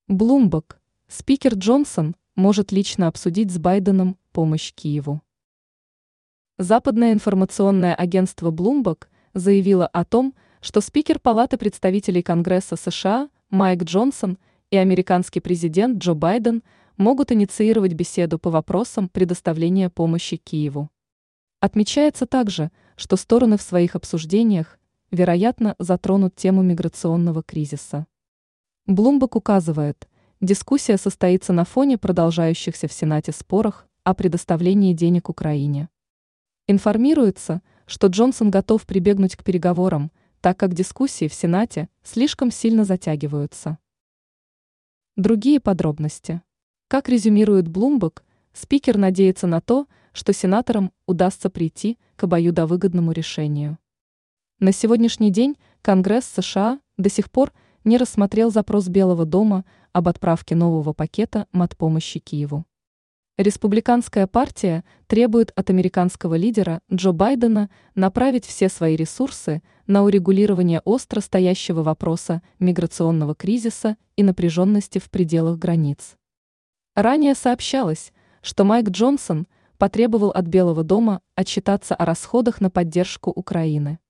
Bloomberg. Спикер Джонсон может лично обсудить с Байденом помощь Киеву. Западное информационное агентство Bloomberg заявило о том, что спикер Палаты представителей Конгресса США Майк Джонсон и американский президент Джо Байден могут инициировать беседу по вопросам предоставления помощи Киеву. Отмечается также, что стороны в своих обсуждениях, вероятно, затронут тему миграционного кризиса. Bloomberg указывает, дискуссия состоится на фоне продолжающихся в Сенате споров о предоставлении денег Украине. Информируется, что Джонсон готов прибегнуть к переговорам, так как дискуссии в Сенате слишком сильно затягиваются. Другие подробности. Как резюмирует Bloomberg, спикер надеется на то, что сенаторам удастся прийти к обоюдовыгодному решению. На сегодняшний день Конгресс США до сих пор не рассмотрел запрос Белого дома об отправке нового пакета матпомощи Киеву. Республиканская партия требует от американского лидера Джо Байдена направить все свои ресурсы на урегулирование остро стоящего вопроса миграционного кризиса и напряженности в пределах границ. Ранее сообщалось, что Майк Джонсон потребовал от Белого дома отчитаться о расходах на поддержку Украины.